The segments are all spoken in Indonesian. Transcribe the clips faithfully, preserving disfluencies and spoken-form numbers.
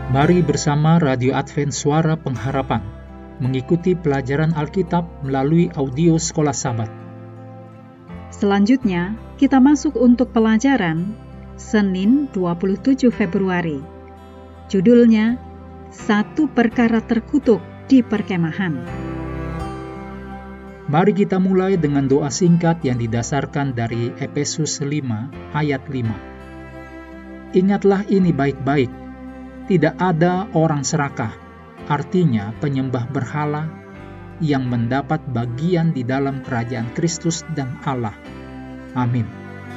Mari bersama Radio Advent Suara Pengharapan mengikuti pelajaran Alkitab melalui audio Sekolah Sabat. Selanjutnya, kita masuk untuk pelajaran Senin dua puluh tujuh Februari. Judulnya, Satu Perkara Terkutuk di Perkemahan. Mari kita mulai dengan doa singkat yang didasarkan dari Efesus lima ayat lima. Ingatlah ini baik-baik. Tidak ada orang serakah, artinya penyembah berhala, yang mendapat bagian di dalam kerajaan Kristus dan Allah. Amin.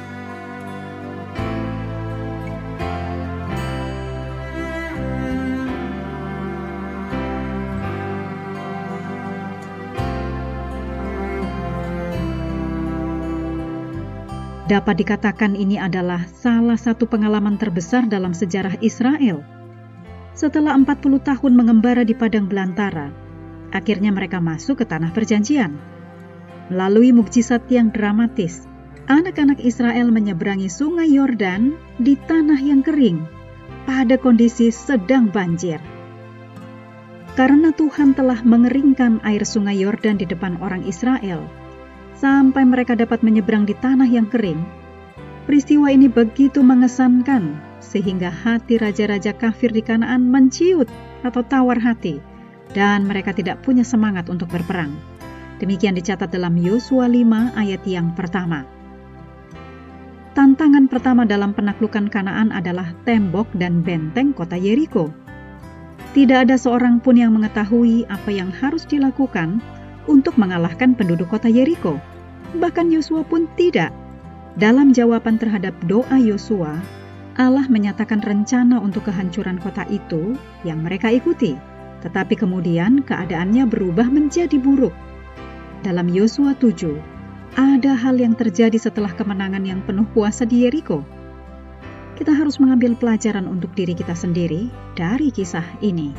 Dapat dikatakan ini adalah salah satu pengalaman terbesar dalam sejarah Israel. Setelah empat puluh tahun mengembara di padang belantara, akhirnya mereka masuk ke tanah perjanjian. Melalui mukjizat yang dramatis, anak-anak Israel menyeberangi sungai Yordan di tanah yang kering, pada kondisi sedang banjir. Karena Tuhan telah mengeringkan air sungai Yordan di depan orang Israel, sampai mereka dapat menyeberang di tanah yang kering, peristiwa ini begitu mengesankan, sehingga hati raja-raja kafir di Kanaan menciut atau tawar hati, dan mereka tidak punya semangat untuk berperang. Demikian dicatat dalam Yosua lima ayat yang pertama. Tantangan pertama dalam penaklukan Kanaan adalah tembok dan benteng kota Yeriko. Tidak ada seorang pun yang mengetahui apa yang harus dilakukan untuk mengalahkan penduduk kota Yeriko. Bahkan Yosua pun tidak. Dalam jawaban terhadap doa Yosua, Allah menyatakan rencana untuk kehancuran kota itu yang mereka ikuti, tetapi kemudian keadaannya berubah menjadi buruk. Dalam Yosua tujuh, ada hal yang terjadi setelah kemenangan yang penuh kuasa di Yeriko. Kita harus mengambil pelajaran untuk diri kita sendiri dari kisah ini.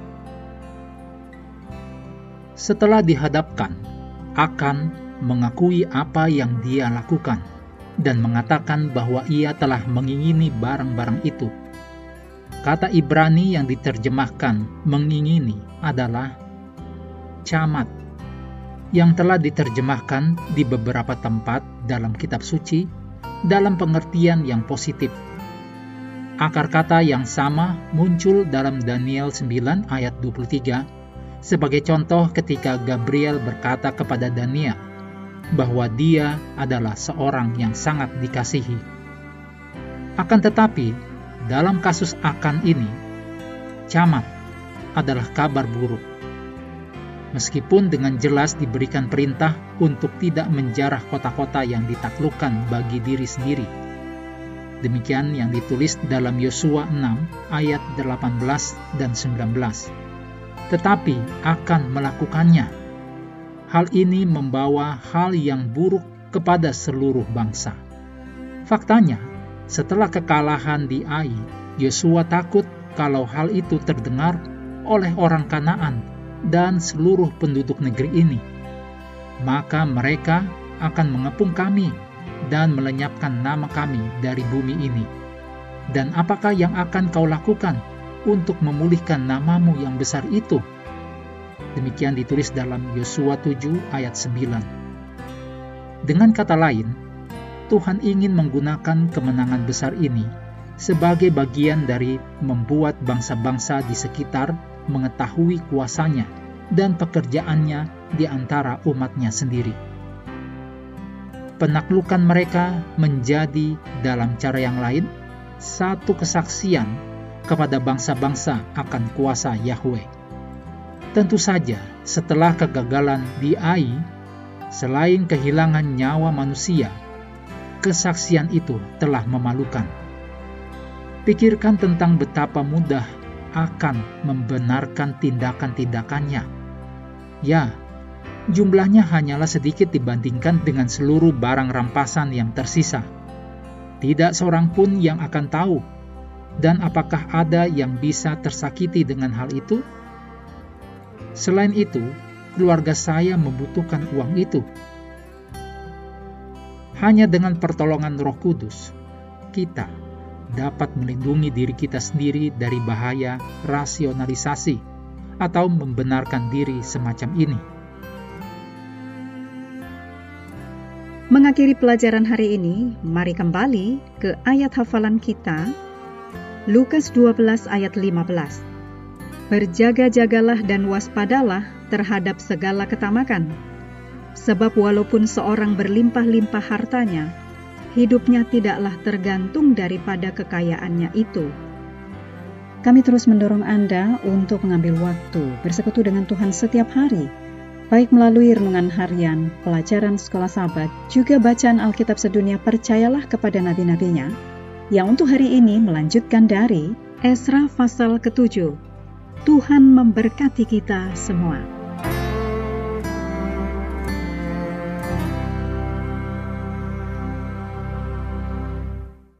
Setelah dihadapkan, akan mengakui apa yang dia lakukan, dan mengatakan bahwa ia telah mengingini barang-barang itu. Kata Ibrani yang diterjemahkan mengingini adalah camat, yang telah diterjemahkan di beberapa tempat dalam kitab suci dalam pengertian yang positif. Akar kata yang sama muncul dalam Daniel sembilan ayat dua puluh tiga sebagai contoh ketika Gabriel berkata kepada Daniel bahwa dia adalah seorang yang sangat dikasihi. Akan tetapi, dalam kasus Akan ini, camat adalah kabar buruk. Meskipun dengan jelas diberikan perintah untuk tidak menjarah kota-kota yang ditaklukkan bagi diri sendiri. Demikian yang ditulis dalam Yosua enam ayat delapan belas dan sembilan belas. Tetapi Akan melakukannya. Hal ini membawa hal yang buruk kepada seluruh bangsa. Faktanya, setelah kekalahan di Ai, Yosua takut kalau hal itu terdengar oleh orang Kanaan dan seluruh penduduk negeri ini. Maka mereka akan mengepung kami dan melenyapkan nama kami dari bumi ini. Dan apakah yang akan kau lakukan untuk memulihkan namamu yang besar itu? Demikian ditulis dalam Yosua tujuh ayat sembilan. Dengan kata lain, Tuhan ingin menggunakan kemenangan besar ini sebagai bagian dari membuat bangsa-bangsa di sekitar mengetahui kuasanya dan pekerjaannya di antara umatnya sendiri. Penaklukan mereka menjadi dalam cara yang lain satu kesaksian kepada bangsa-bangsa akan kuasa Yahweh. Tentu saja, setelah kegagalan di Ai, selain kehilangan nyawa manusia, kesaksian itu telah memalukan. Pikirkan tentang betapa mudah Akan membenarkan tindakan-tindakannya. Ya, jumlahnya hanyalah sedikit dibandingkan dengan seluruh barang rampasan yang tersisa. Tidak seorang pun yang akan tahu. Dan apakah ada yang bisa tersakiti dengan hal itu? Selain itu, keluarga saya membutuhkan uang itu. Hanya dengan pertolongan Roh Kudus, kita dapat melindungi diri kita sendiri dari bahaya rasionalisasi atau membenarkan diri semacam ini. Mengakhiri pelajaran hari ini, mari kembali ke ayat hafalan kita, Lukas dua belas ayat lima belas. Berjaga-jagalah dan waspadalah terhadap segala ketamakan, sebab walaupun seorang berlimpah-limpah hartanya, hidupnya tidaklah tergantung daripada kekayaannya itu. Kami terus mendorong Anda untuk mengambil waktu bersekutu dengan Tuhan setiap hari, baik melalui renungan harian, pelajaran sekolah sahabat, juga bacaan Alkitab sedunia Percayalah kepada nabi-nabinya, yang untuk hari ini melanjutkan dari Esra pasal ketujuh. Tuhan memberkati kita semua.